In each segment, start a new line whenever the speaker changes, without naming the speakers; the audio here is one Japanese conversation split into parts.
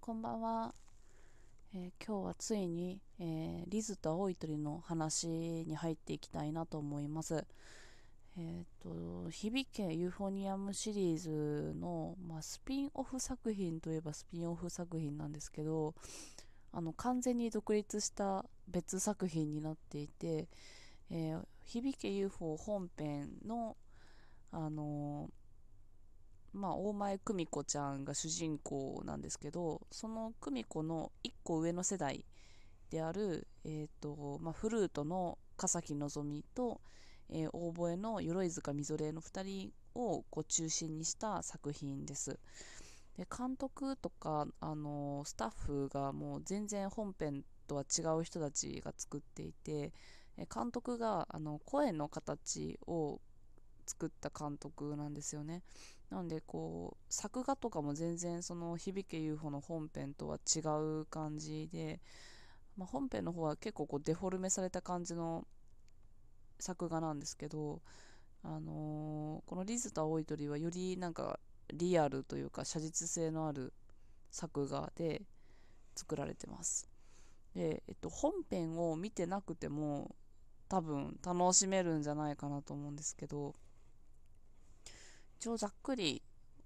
こんばんは。今日はついに、リズと青い鳥の話に入っていきたいなと思います。響けユーフォニアムシリーズの、スピンオフ作品といえばスピンオフ作品なんですけど、完全に独立した別作品になっていて、響け UFO 本編の、あの大前久美子ちゃんが主人公なんですけど、その久美子の一個上の世代である、フルートの笠木希と、オーボエの鎧塚みぞれの2人を中心にした作品です。で、監督とか、スタッフがもう全然本編とは違う人たちが作っていて、監督が声の形を作った監督なんですよね。なので作画とかも全然その響け UFO の本編とは違う感じで、本編の方は結構デフォルメされた感じの作画なんですけど、このリズと青い鳥はよりなんかリアルというか写実性のある作画で作られてます。で、本編を見てなくても多分楽しめるんじゃないかなと思うんですけど、一応ざっくり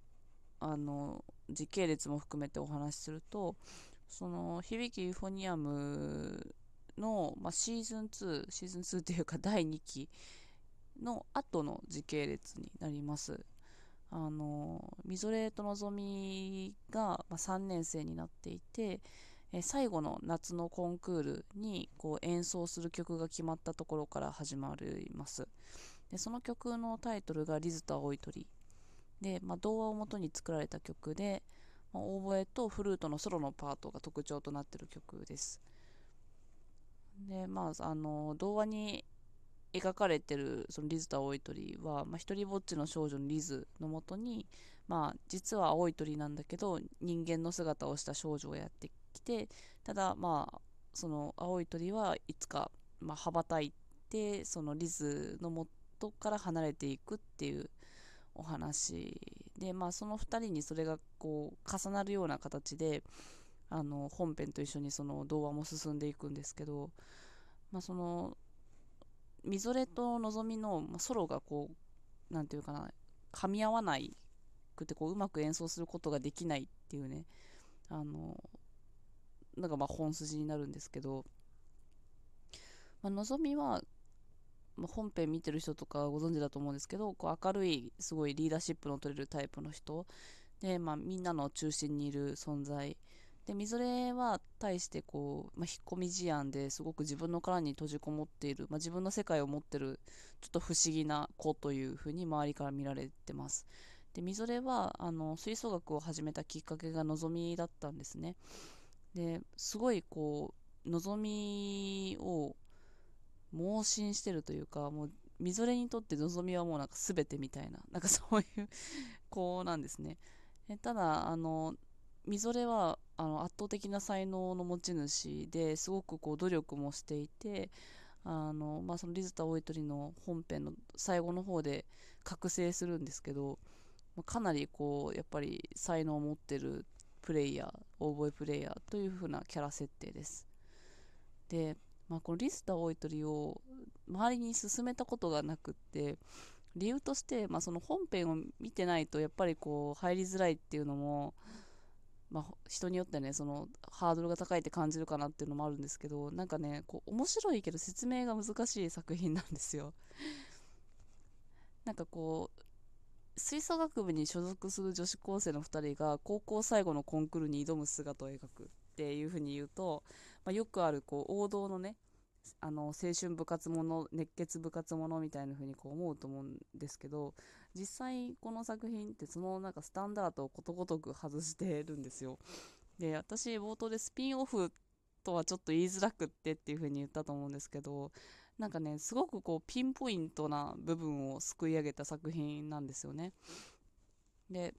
時系列も含めてお話しすると、その響きユーフォニアムの、シーズン2っていうか第2期の後の時系列になります。みぞれとのぞみが、3年生になっていて、最後の夏のコンクールに演奏する曲が決まったところから始まります。で、その曲のタイトルがリズと青い鳥で、童話を元に作られた曲で、オーボエとフルートのソロのパートが特徴となっている曲です。で、童話に描かれてるそのリズと青い鳥は、一人ぼっちの少女のリズのもとに、実は青い鳥なんだけど人間の姿をした少女がやってきて、ただその青い鳥はいつか、羽ばたいてそのリズの元から離れていくっていうお話で、その2人にそれが重なるような形で本編と一緒にその童話も進んでいくんですけど、そのみぞれとのぞみの、ソロがなんていうかな、噛み合わないくてうまく演奏することができないっていうね、あのなんか本筋になるんですけど、のぞみは、本編見てる人とかご存知だと思うんですけど、明るいすごいリーダーシップの取れるタイプの人で、みんなの中心にいる存在で、みぞれは対して引っ込み思案ですごく自分の殻に閉じこもっている、自分の世界を持ってるちょっと不思議な子というふうに周りから見られてます。で、みぞれは吹奏楽を始めたきっかけがのぞみだったんですね。ですごいのぞみを盲信してるというか、もうみぞれにとってのぞみはもうなんか全てみたいな、なんかそういう子なんですね。ただみぞれは圧倒的な才能の持ち主ですごく努力もしていて、そのリズタ大鳥の本編の最後の方で覚醒するんですけど、かなりやっぱり才能を持ってるプレイヤー、オーボエプレイヤーという風なキャラ設定です。で、このリズタ大鳥を周りに進めたことがなくって、理由として、その本編を見てないとやっぱり入りづらいっていうのも、人によってねそのハードルが高いって感じるかなっていうのもあるんですけど、なんかね面白いけど説明が難しい作品なんですよ。なんか吹奏楽部に所属する女子高生の2人が高校最後のコンクールに挑む姿を描くっていうふうに言うと、よくある王道のね青春部活もの熱血部活ものみたいな風に思うと思うんですけど、実際この作品ってそのなんかスタンダードをことごとく外してるんですよ。で、私冒頭でスピンオフとはちょっと言いづらくってっていう風に言ったと思うんですけど、なんかねすごくピンポイントな部分をすくい上げた作品なんですよね。で、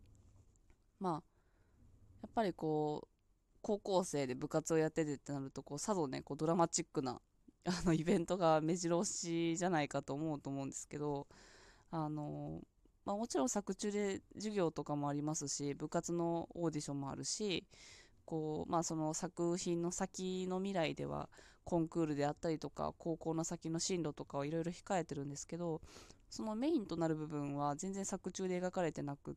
やっぱり高校生で部活をやっててってなるとさぞねドラマチックなイベントが目白押しじゃないかと思うと思うんですけど、あのもちろん作中で授業とかもありますし部活のオーディションもあるし、 その作品の先の未来ではコンクールであったりとか高校の先の進路とかをいろいろ控えてるんですけど、そのメインとなる部分は全然作中で描かれてなくって、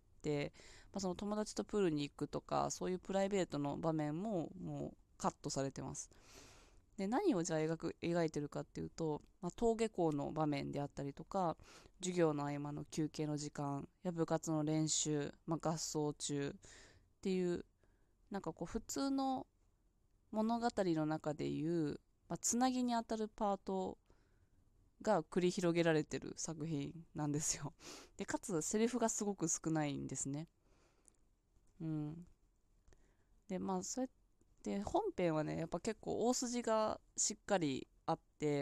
その友達とプールに行くとかそういうプライベートの場面ももうカットされてます。で、何をじゃあ描いてるかっていうと、登下校の場面であったりとか、授業の合間の休憩の時間や部活の練習、合奏中っていう、普通の物語の中でいう、つなぎにあたるパートが繰り広げられてる作品なんですよ。で、かつセリフがすごく少ないんですね。うん。で、そうやって本編はね、やっぱ結構大筋がしっかりあって、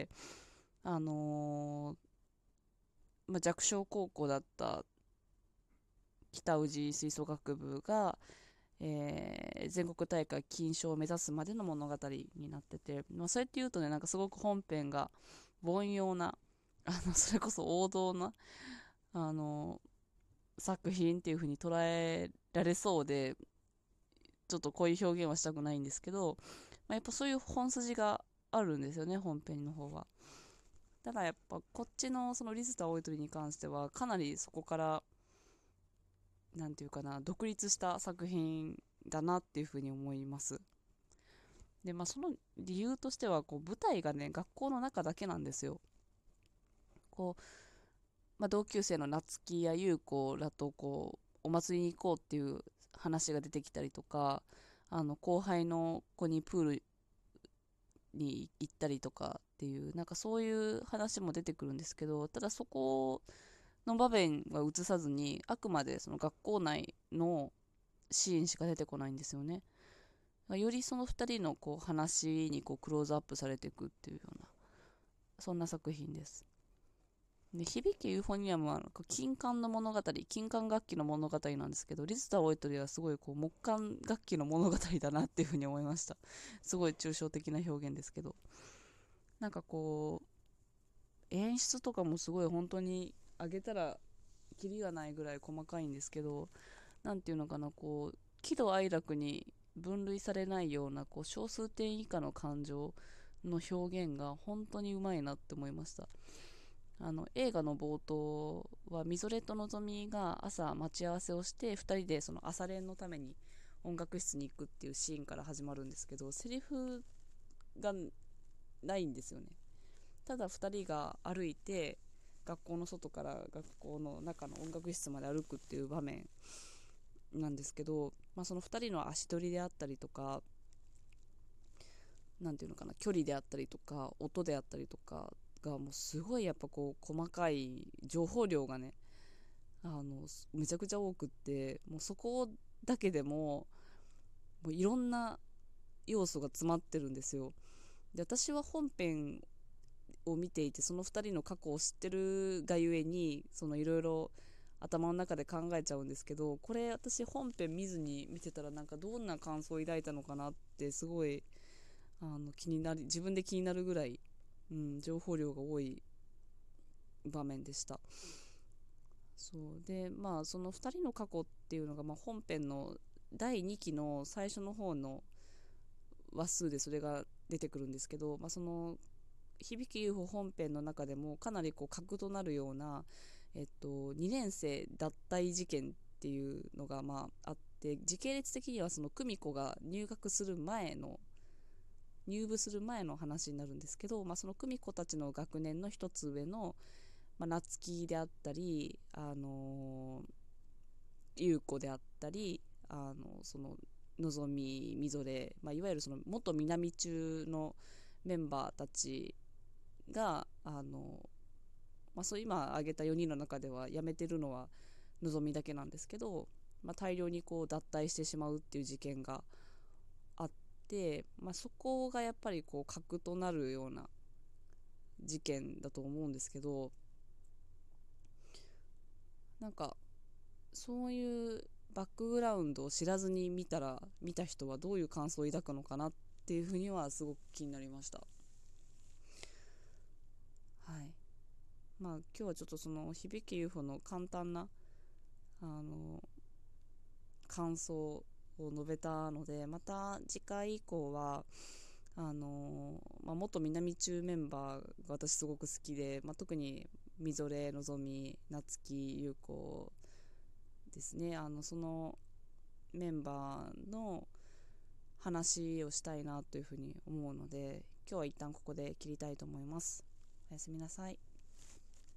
あの弱小高校だった北宇治吹奏楽部が、全国大会金賞を目指すまでの物語になってて、そうやって言うとね、すごく本編が凡庸な、それこそ王道な、あの作品っていう風に捉えられそうで、ちょっとこういう表現はしたくないんですけど、やっぱそういう本筋があるんですよね、本編の方は。ただやっぱこっちのそのリズと青い鳥に関してはかなりそこからなんていうかな、独立した作品だなっていうふうに思います。で、その理由としては舞台がね学校の中だけなんですよ。こ同級生の夏希や優子らとお祭りに行こうっていう話が出てきたりとか、後輩の子にプールに行ったりとかっていうそういう話も出てくるんですけど、ただそこの場面は映さずにあくまでその学校内のシーンしか出てこないんですよね。よりその2人の話にクローズアップされていくっていうような、そんな作品です。で、響きユーフォニアムは金管の物語、金管楽器の物語なんですけど、リズと青い鳥はすごい木管楽器の物語だなっていうふうに思いました。すごい抽象的な表現ですけど、演出とかもすごい本当に上げたらキリがないぐらい細かいんですけど、なんていうのかな、喜怒哀楽に分類されないような小数点以下の感情の表現が本当にうまいなって思いました。映画の冒頭はみぞれとのぞみが朝待ち合わせをして2人でその朝練のために音楽室に行くっていうシーンから始まるんですけど、セリフがないんですよね。ただ2人が歩いて学校の外から学校の中の音楽室まで歩くっていう場面なんですけど、その2人の足取りであったりとか、なんていうのかな、距離であったりとか音であったりとかがもうすごいやっぱ細かい情報量がね、めちゃくちゃ多くって、もうそこだけでもういろんな要素が詰まってるんですよ。で、私は本編を見ていてその2人の過去を知ってるがゆえにそのいろいろ頭の中で考えちゃうんですけど、これ私本編見ずに見てたらどんな感想を抱いたのかなってすごい気になり、自分で気になるぐらい、情報量が多い場面でした。そうで、その2人の過去っていうのが、本編の第2期の最初の方の話数でそれが出てくるんですけど、その響き UFO 本編の中でもかなり核となるような、2年生脱退事件っていうのがあって、時系列的にはその久美子が入部する前の話になるんですけど、その久美子たちの学年の一つ上の、夏希であったり、優子であったり、そののぞみみぞれ、いわゆるその元南中のメンバーたちがそう今挙げた4人の中では辞めてるのはのぞみだけなんですけど、大量に脱退してしまうっていう事件があって、そこがやっぱり核となるような事件だと思うんですけど、そういうバックグラウンドを知らずに見た人はどういう感想を抱くのかなっていうふうにはすごく気になりました。はい。今日はちょっとその響き UFO の簡単なあの感想を述べたので、また次回以降は元南中メンバーが私すごく好きで、特にみぞれ、のぞみ、なつき、ゆうこですね、そのメンバーの話をしたいなというふうに思うので、今日は一旦ここで切りたいと思います。おやすみなさい。